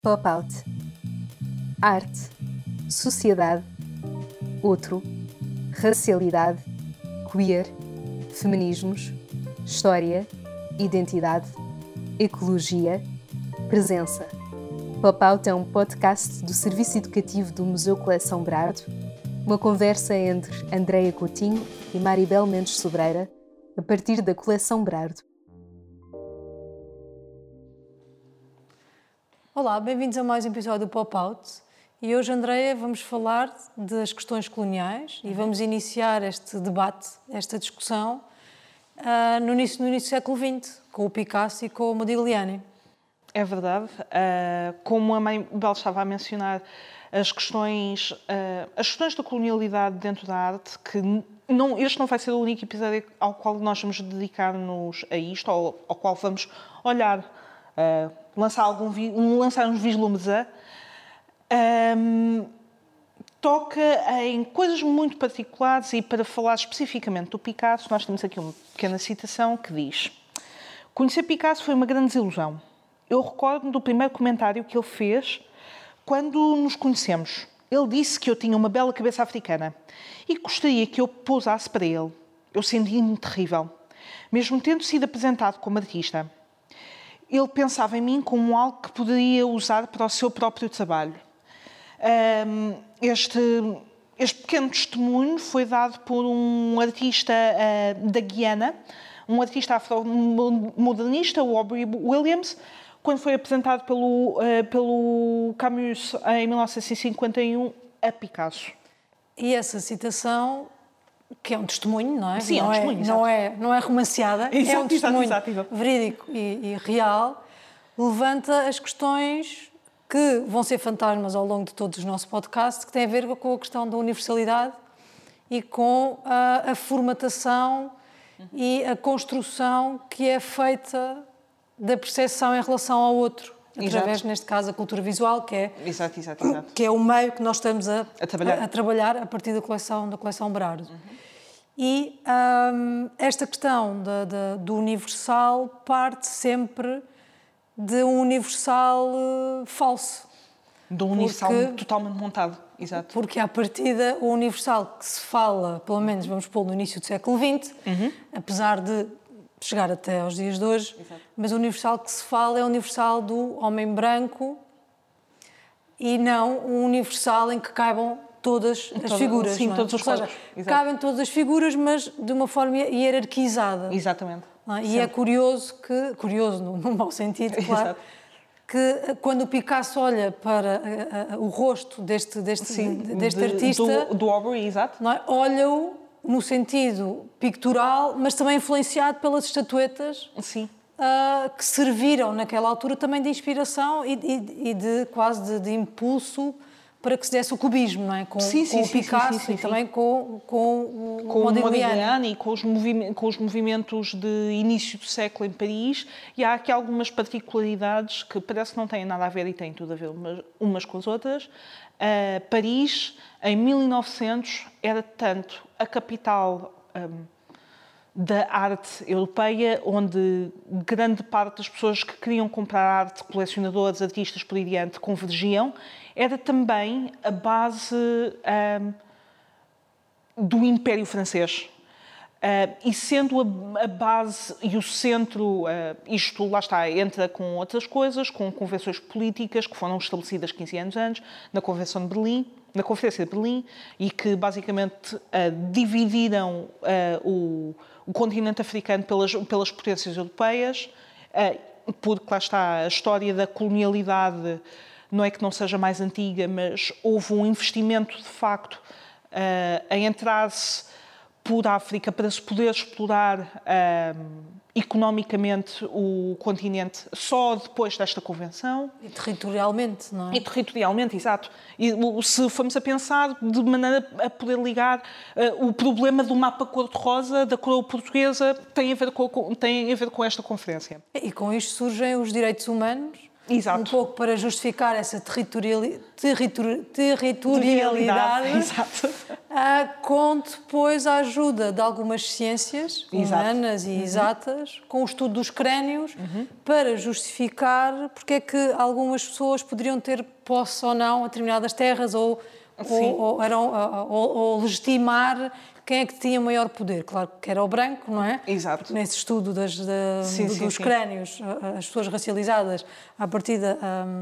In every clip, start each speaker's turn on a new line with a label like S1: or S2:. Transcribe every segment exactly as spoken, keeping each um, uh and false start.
S1: Pop-out. Arte, sociedade, outro, racialidade, queer, feminismos, história, identidade, ecologia, presença. Pop-out é um podcast do Serviço Educativo do Museu Coleção Brado, uma conversa entre Andreia Coutinho e Maribel Mendes Sobreira, a partir da Coleção Brado.
S2: Olá, bem-vindos a mais um episódio do Pop-out. E hoje, Andreia, vamos falar das questões coloniais e vamos iniciar este debate, esta discussão, uh, no, início, no início do século vinte, com o Picasso e com o Modigliani.
S3: É verdade. Uh, como a Maribel estava a mencionar, as questões, uh, as questões da colonialidade dentro da arte, que não, este não vai ser o único episódio ao qual nós vamos dedicar-nos a isto, ao, ao qual vamos olhar, uh, lançar, algum, lançar uns vislumbres a... Um, toca em coisas muito particulares e, para falar especificamente do Picasso, nós temos aqui uma pequena citação que diz: conhecer Picasso foi uma grande desilusão. Eu recordo-me do primeiro comentário que ele fez quando nos conhecemos. Ele disse que eu tinha uma bela cabeça africana e gostaria que eu pousasse para ele. Eu senti-me terrível, mesmo tendo sido apresentado como artista. Ele pensava em mim como algo que poderia usar para o seu próprio trabalho. Este, este pequeno testemunho foi dado por um artista da Guiana, um artista afro-modernista, o Aubrey Williams, quando foi apresentado pelo, pelo Camus em mil novecentos e cinquenta e um a Picasso.
S2: E essa citação, que é um testemunho, não é?
S3: Sim,
S2: não
S3: é um testemunho,
S2: é, não é, não é romanceada,
S3: exato,
S2: é um testemunho
S3: exato, exato.
S2: verídico e, e real, levanta as questões que vão ser fantasmas ao longo de todos os nossos podcasts, que têm a ver com a questão da universalidade e com a, a formatação uhum. e a construção que é feita da percepção em relação ao outro, através, exato. Neste caso, a cultura visual, que é,
S3: exato, exato, exato.
S2: que é o meio que nós estamos a,
S3: a, trabalhar.
S2: a, a trabalhar a partir da coleção, da coleção Brado. Uhum. E hum, esta questão da, da, do universal parte sempre de um universal uh, falso.
S3: De um universal porque, totalmente montado, exato.
S2: Porque, à partida, o universal que se fala, pelo menos vamos pôr no início do século vinte, uhum. apesar de chegar até aos dias de hoje, exato. Mas o universal que se fala é o universal do homem branco e não um universal em que caibam todas as
S3: Todo,
S2: figuras.
S3: Sim,
S2: não é?
S3: todos os corpos.
S2: Cabem todas as figuras, mas de uma forma hierarquizada.
S3: Exatamente.
S2: É? E é curioso que, curioso no, no mau sentido, claro, exato. Que quando o Picasso olha para a, a, o rosto deste, deste, sim, deste
S3: de,
S2: artista,
S3: do, do Aubrey, exato.
S2: Não é? Olha-o no sentido pictural, mas também influenciado pelas estatuetas
S3: sim.
S2: Uh, que serviram naquela altura também de inspiração e, e, e de quase de, de impulso para que se desse o cubismo, não é? Com,
S3: sim, sim,
S2: com
S3: sim,
S2: o Picasso
S3: sim, sim, sim,
S2: e
S3: sim.
S2: também com, com o
S3: com
S2: Modigliani.
S3: o Modigliani e com os, movi- com os movimentos de início do século em Paris. E há aqui algumas particularidades que parece que não têm nada a ver e têm tudo a ver umas, umas com as outras. Uh, Paris, em mil e novecentos, era tanto a capital um, da arte europeia, onde grande parte das pessoas que queriam comprar arte, colecionadores, artistas por aí diante, convergiam, era também a base um, do Império Francês. Uh, e sendo a, a base e o centro, uh, isto lá está, entra com outras coisas, com convenções políticas que foram estabelecidas quinze anos antes, na Convenção de Berlim, na Conferência de Berlim, e que basicamente uh, dividiram uh, o, o continente africano pelas, pelas potências europeias, uh, porque lá está a história da colonialidade. Não é que não seja mais antiga, mas houve um investimento, de facto, uh, em entrar-se por África para se poder explorar uh, economicamente o continente só depois desta convenção.
S2: E territorialmente, não é?
S3: E territorialmente, exato. E se formos a pensar de maneira a poder ligar uh, o problema do mapa cor-de-rosa da coroa portuguesa tem a ver com, tem a ver com esta conferência.
S2: E com isto surgem os direitos humanos.
S3: Exato.
S2: Um pouco para justificar essa territoriali... territori... territorialidade
S3: Exato.
S2: Uh, com depois a ajuda de algumas ciências
S3: Exato.
S2: humanas e
S3: uhum.
S2: exatas, com o estudo dos crénios, uhum. para justificar porque é que algumas pessoas poderiam ter posse ou não a determinadas terras, ou, ou, ou, eram, ou, ou legitimar quem é que tinha maior poder. Claro que era o branco, não é?
S3: Exato.
S2: Porque nesse estudo das, de,
S3: sim,
S2: de,
S3: sim,
S2: dos
S3: sim.
S2: crénios, as pessoas racializadas, à partida...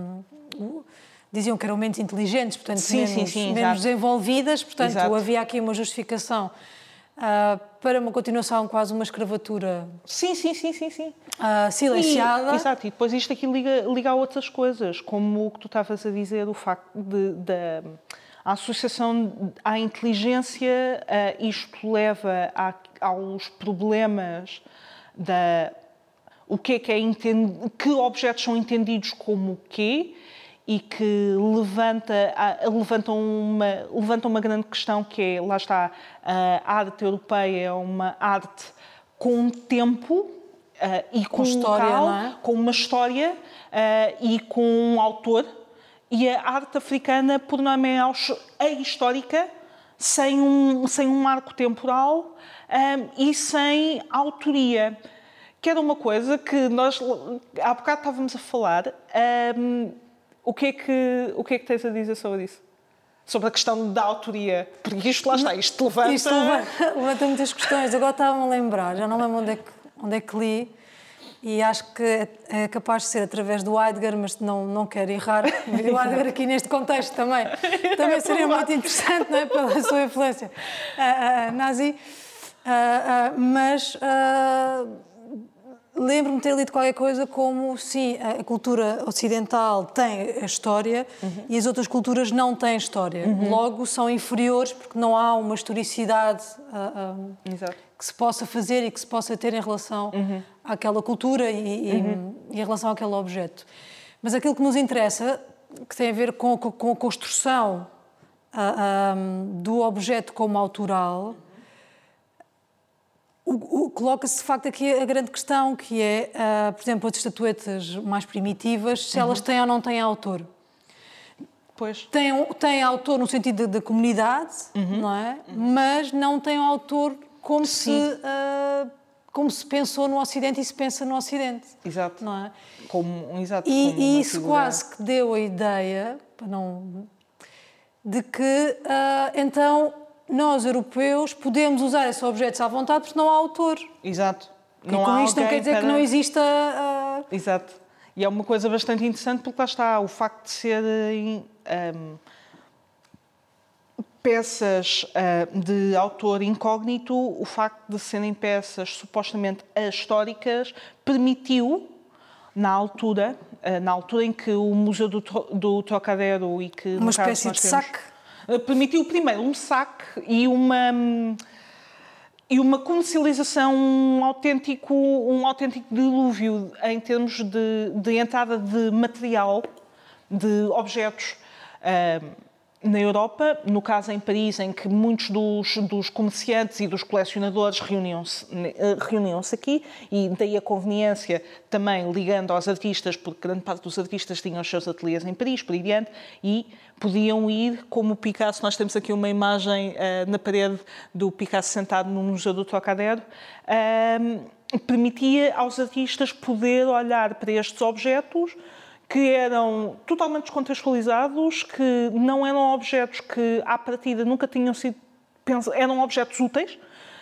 S2: Um, diziam que eram menos inteligentes, portanto,
S3: sim,
S2: menos,
S3: sim, sim,
S2: menos desenvolvidas, portanto,
S3: exato.
S2: havia aqui uma justificação uh, para uma continuação, quase uma escravatura
S3: sim, sim, sim, sim, sim.
S2: Uh, silenciada.
S3: E, exato, e depois isto aqui liga, liga a outras coisas, como o que tu estavas a dizer, o facto de, de a associação à inteligência, uh, isto leva a, aos problemas da o que é que é entendido, que objetos são entendidos como o quê, e que levanta, levanta, uma, levanta uma grande questão que é, lá está, a arte europeia é uma arte com tempo uh, e com,
S2: com história,
S3: local,
S2: não é?
S3: com uma história uh, e com um autor, e a arte africana, por norma, é ahistórica, sem um, sem um marco temporal um, e sem autoria. Que era uma coisa que nós, há bocado estávamos a falar... Um, O que, é que, o que é que tens a dizer sobre isso? Sobre a questão da autoria? Porque isto lá está, isto levanta...
S2: Isto levanta, levanta muitas questões. Agora estava-me a lembrar, já não lembro onde é, que, onde é que li, e acho que é capaz de ser através do Heidegger, mas não, não quero errar. O Heidegger aqui neste contexto também. Também seria muito interessante, não é? Pela sua influência uh, uh, nazi. Uh, uh, mas... Uh, Lembro-me de ter lido qualquer coisa como, sim, a cultura ocidental tem a história, uhum. e as outras culturas não têm história. Uhum. Logo, são inferiores porque não há uma historicidade uh, uh, que se possa fazer e que se possa ter em relação uhum. àquela cultura e, uhum. e, e em relação àquele objeto. Mas aquilo que nos interessa, que tem a ver com, com a construção uh, um, do objeto como autoral... Coloca-se, de facto, aqui a grande questão, que é, uh, por exemplo, as estatuetas mais primitivas, se uhum. elas têm ou não têm autor.
S3: Pois.
S2: Têm, têm autor no sentido da comunidade, uhum. não é? Uhum. Mas não têm autor como se, uh, como se pensou no Ocidente e se pensa no Ocidente.
S3: Exato.
S2: Não é?
S3: Como, exato
S2: e
S3: como
S2: e isso
S3: figura...
S2: quase que deu a ideia, para não, de que, uh, então... nós, europeus, podemos usar esses objetos à vontade porque não há autor.
S3: Exato.
S2: E não com há isto não quer dizer para... que não exista... Uh...
S3: Exato. E é uma coisa bastante interessante porque lá está, o facto de serem um, peças uh, de autor incógnito, o facto de serem peças supostamente históricas, permitiu, na altura, uh, na altura em que o Museu do, do Trocadero e que...
S2: Uma espécie de saque.
S3: Permitiu primeiro um saque e uma, e uma comercialização, um autêntico, um autêntico dilúvio em termos de, de entrada de material, de objetos uh, na Europa, no caso em Paris, em que muitos dos, dos comerciantes e dos colecionadores reuniam-se, reuniam-se aqui, e daí a conveniência também ligando aos artistas, porque grande parte dos artistas tinham os seus ateliês em Paris, por aí diante, e podiam ir, como o Picasso, nós temos aqui uma imagem uh, na parede do Picasso sentado no Museu do Trocadero, uh, permitia aos artistas poder olhar para estes objetos que eram totalmente descontextualizados, que não eram objetos que, à partida, nunca tinham sido pensados, eram objetos úteis.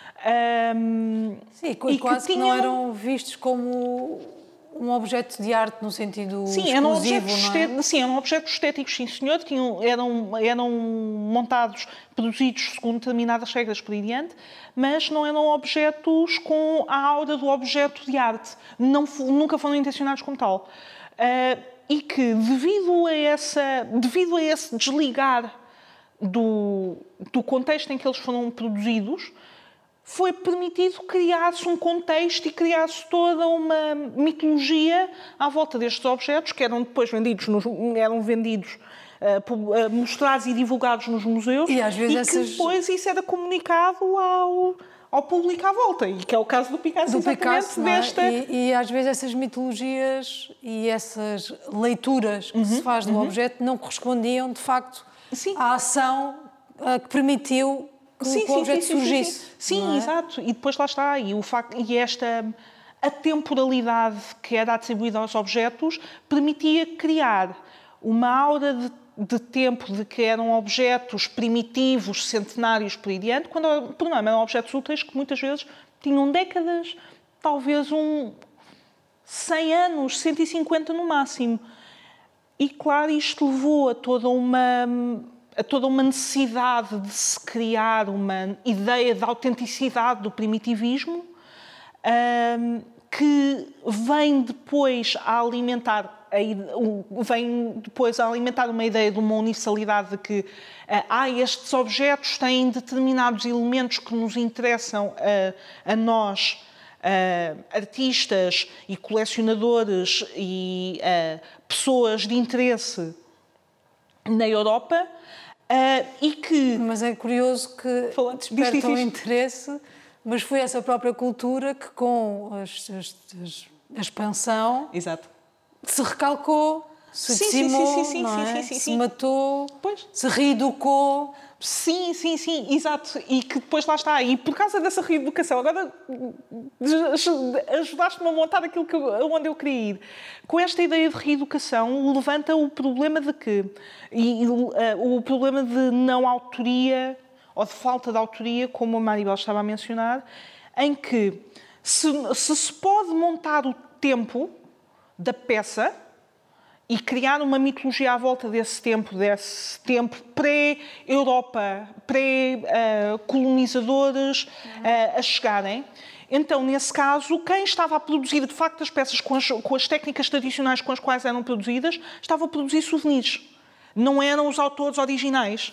S3: Um,
S2: Sim, e quase que, tinham... que não eram vistos como um objeto de arte no sentido
S3: sim,
S2: exclusivo,
S3: eram objetos
S2: não é?
S3: estéticos, sim, eram objetos estéticos, sim, senhor, tinham, eram, eram montados, produzidos segundo determinadas regras por aí diante, mas não eram objetos com a aura do objeto de arte. Não, nunca foram intencionados como tal. Uh, e que, devido a, essa, devido a esse desligar do, do contexto em que eles foram produzidos, foi permitido criar-se um contexto e criar-se toda uma mitologia à volta destes objetos, que eram depois vendidos, nos, eram vendidos uh, mostrados e divulgados nos museus,
S2: e, às vezes
S3: e
S2: essas...
S3: que depois isso era comunicado ao... ao público à volta, e que é o caso do Picasso,
S2: do
S3: exatamente,
S2: Picasso,
S3: desta...
S2: E, e às vezes essas mitologias e essas leituras que uhum, se faz do uhum. objeto não correspondiam, de facto, Sim. à ação uh, que permitiu que
S3: sim,
S2: o
S3: sim,
S2: objeto
S3: sim, sim,
S2: surgisse.
S3: Sim, sim. sim
S2: é?
S3: exato. E depois lá está. E, o facto, e esta a temporalidade que era atribuída aos objetos permitia criar uma aura de, de tempo de que eram objetos primitivos, centenários por aí diante, quando, por não, eram objetos úteis que muitas vezes tinham décadas, talvez um cem anos, cento e cinquenta no máximo. E, claro, isto levou a toda uma, a toda uma necessidade de se criar uma ideia de autenticidade do primitivismo, um, que vem depois a alimentar, a, vem depois a alimentar uma ideia de uma universalidade de que uh, ah, estes objetos têm determinados elementos que nos interessam a, a nós, Uh, artistas e colecionadores e uh, pessoas de interesse na Europa uh, e que...
S2: Mas é curioso que despertam um interesse, mas foi essa própria cultura que com as, as, as, a expansão
S3: Exato.
S2: se recalcou, se
S3: sim,
S2: decimou,
S3: sim, sim, sim,
S2: não
S3: sim,
S2: é?
S3: sim, sim,
S2: se
S3: sim.
S2: matou,
S3: pois.
S2: se reeducou.
S3: Sim, sim, sim, exato. E que depois lá está. E por causa dessa reeducação, agora ajudaste-me a montar aquilo que eu, onde eu queria ir. Com esta ideia de reeducação, levanta o problema de que... E, uh, o problema de não autoria, ou de falta de autoria, como a Maribel estava a mencionar, em que se se, se pode montar o tempo da peça e criar uma mitologia à volta desse tempo, desse tempo pré-Europa, pré-colonizadores uh, a chegarem. Então, nesse caso, quem estava a produzir, de facto, as peças com as, com as técnicas tradicionais com as quais eram produzidas, estava a produzir souvenirs. Não eram os autores originais.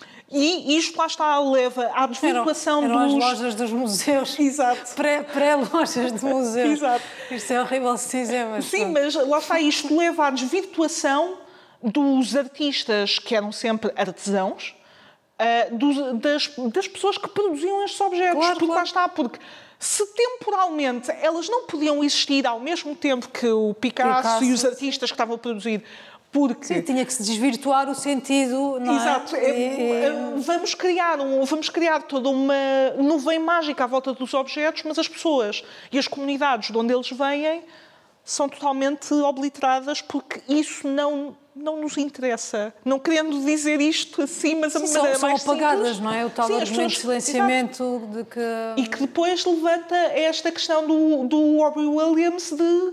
S3: E isto lá está, leva à desvirtuação
S2: eram, eram
S3: dos...
S2: as lojas dos museus.
S3: Exato.
S2: Pré, pré-lojas de museus.
S3: Exato.
S2: Isto é horrível se dizer, mas...
S3: Sim, mas lá está, isto leva à desvirtuação dos artistas que eram sempre artesãos, uh, dos, das, das pessoas que produziam estes objetos.
S2: Claro,
S3: porque
S2: claro.
S3: lá está, porque se temporalmente elas não podiam existir ao mesmo tempo que o Picasso, Picasso e os artistas que estavam a produzir, porque...
S2: Sim, tinha que se desvirtuar o sentido, não
S3: Exato.
S2: é?
S3: Exato. E... Vamos criar, um, vamos criar toda uma nuvem mágica à volta dos objetos, mas as pessoas e as comunidades de onde eles vêm são totalmente obliteradas porque isso não, não nos interessa. Não querendo dizer isto assim, mas
S2: Sim,
S3: a
S2: são,
S3: maneira
S2: são
S3: mais
S2: apagadas,
S3: simples,
S2: não é? O tal
S3: sim,
S2: argumento de
S3: pessoas,
S2: silenciamento
S3: exato.
S2: de que...
S3: E que depois levanta esta questão do, do Robbie Williams de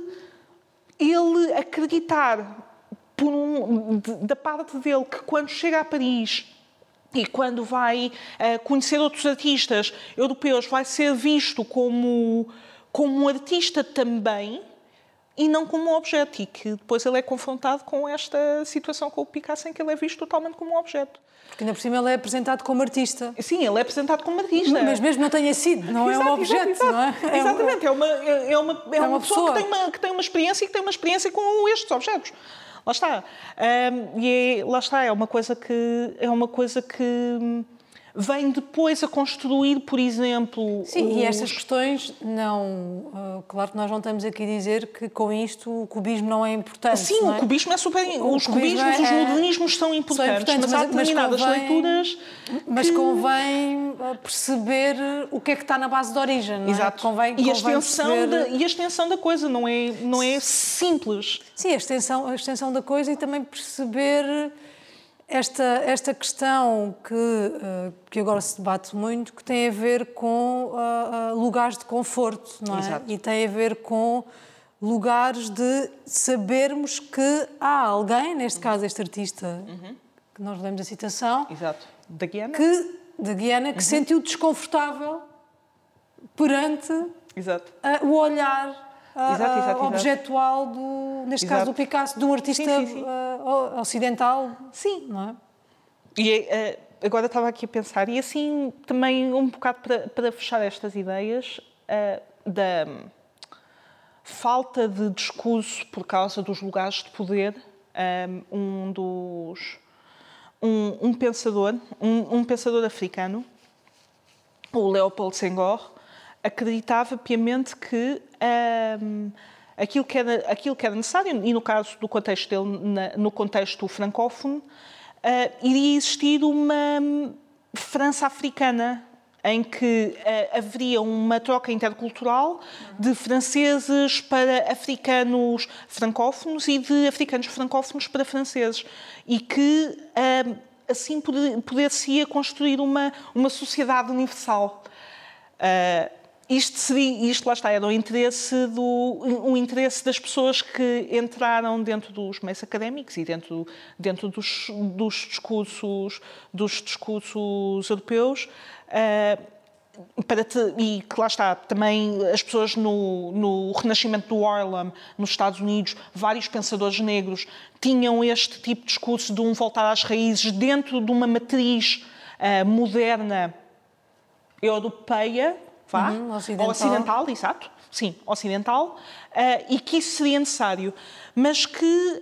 S3: ele acreditar por um, de, da parte dele, que quando chega a Paris e quando vai uh, conhecer outros artistas europeus, vai ser visto como, como um artista também e não como um objeto. E que depois ele é confrontado com esta situação com o Picasso, em que ele é visto totalmente como um objeto.
S2: Porque ainda por cima ele é apresentado como artista.
S3: Sim, ele é apresentado como artista.
S2: Mas mesmo não tenha sido, não
S3: exato,
S2: é um objeto,
S3: exato,
S2: não é?
S3: Exatamente, é uma, é uma, é uma,
S2: uma
S3: pessoa,
S2: pessoa.
S3: Que, tem uma, que tem uma experiência e que tem uma experiência com estes objetos. Lá está. Um, e é, lá está, é uma coisa que é uma coisa que vem depois a construir, por exemplo...
S2: Sim,
S3: os...
S2: e estas questões não... Uh, claro que nós não estamos aqui a dizer que com isto o cubismo não é importante.
S3: Sim,
S2: não é?
S3: o cubismo é super...
S2: O
S3: os
S2: cubismo
S3: cubismos,
S2: é,
S3: os modernismos são importantes,
S2: são importantes
S3: mas há
S2: mas,
S3: determinadas
S2: mas convém,
S3: leituras...
S2: Mas
S3: que...
S2: convém perceber o que é que está na base de origem, não é?
S3: Exato.
S2: Convém,
S3: e, a
S2: convém
S3: extensão
S2: perceber...
S3: da, e a extensão da coisa, não é, não é simples.
S2: Sim, a extensão, a extensão da coisa e também perceber esta, esta questão que, uh, que agora se debate muito, que tem a ver com uh, uh, lugares de conforto, não é?
S3: Exato.
S2: E tem a ver com lugares de sabermos que há alguém, neste caso este artista, uhum. que nós lemos a citação,
S3: Exato. Da Guiana,
S2: que, da Guiana, que uhum. se sentiu desconfortável perante
S3: Exato.
S2: Uh, o olhar Uh,
S3: exato, exato,
S2: objetual, do, neste
S3: exato.
S2: caso do Picasso, de um artista
S3: sim, sim, sim.
S2: Uh, ocidental.
S3: Sim.
S2: Não é?
S3: E uh, agora estava aqui a pensar, e assim também um bocado para, para fechar estas ideias, uh, da falta de discurso por causa dos lugares de poder, um dos... Um, um pensador, um, um pensador africano, o Leopold Senghor, acreditava piamente que um, aquilo, que era, aquilo que era necessário, e no caso do contexto dele, na, no contexto francófono, uh, iria existir uma França africana, em que uh, haveria uma troca intercultural de franceses para africanos francófonos e de africanos francófonos para franceses. E que uh, assim poder-se-ia construir uma, uma sociedade universal. Uh, isto, seria, isto lá está, era o interesse, do, o interesse das pessoas que entraram dentro dos meios académicos e dentro, dentro dos, dos, discursos, dos discursos europeus. Uh, para te, e que lá está, também as pessoas no, no Renascimento do Harlem, nos Estados Unidos, vários pensadores negros tinham este tipo de discurso de um voltar às raízes dentro de uma matriz uh, moderna europeia, vá,
S2: uhum, ocidental.
S3: ocidental, exato, sim, ocidental, uh, e que isso seria necessário, mas que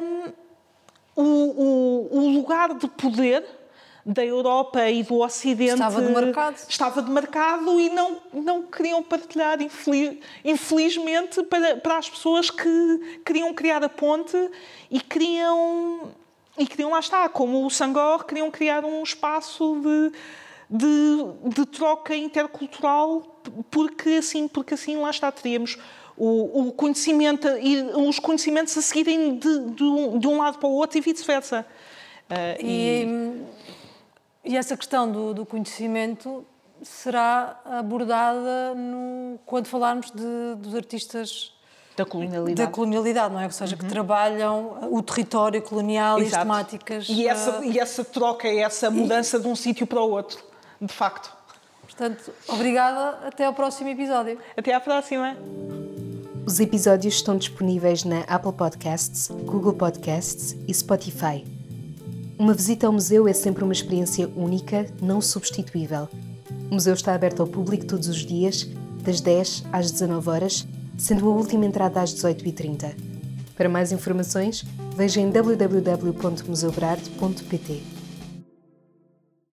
S3: um, o, o, o lugar de poder da Europa e do Ocidente
S2: estava demarcado,
S3: estava demarcado e não, não queriam partilhar, infeliz, infelizmente, para, para as pessoas que queriam criar a ponte e queriam, e queriam, lá está, como o Senghor, queriam criar um espaço de, de, de troca intercultural, porque assim, porque assim lá está, teríamos o, o conhecimento e os conhecimentos a seguirem de, de, de um lado para o outro e vice-versa. Uh,
S2: e... e... E essa questão do, do conhecimento será abordada no, quando falarmos de, dos artistas
S3: da colonialidade.
S2: da colonialidade, não é? Ou seja, uhum. que trabalham o território colonial. Exato. E as temáticas...
S3: E essa, uh... e essa troca, essa mudança e... de um sítio para o outro, de facto.
S2: Portanto, obrigada. Até ao próximo episódio.
S3: Até à próxima.
S1: Os episódios estão disponíveis na Apple Podcasts, Google Podcasts e Spotify. Uma visita ao museu é sempre uma experiência única, não substituível. O museu está aberto ao público todos os dias, das dez às dezanove horas, sendo a última entrada às dezoito e trinta. Para mais informações, veja em w w w ponto museu berardo ponto p t.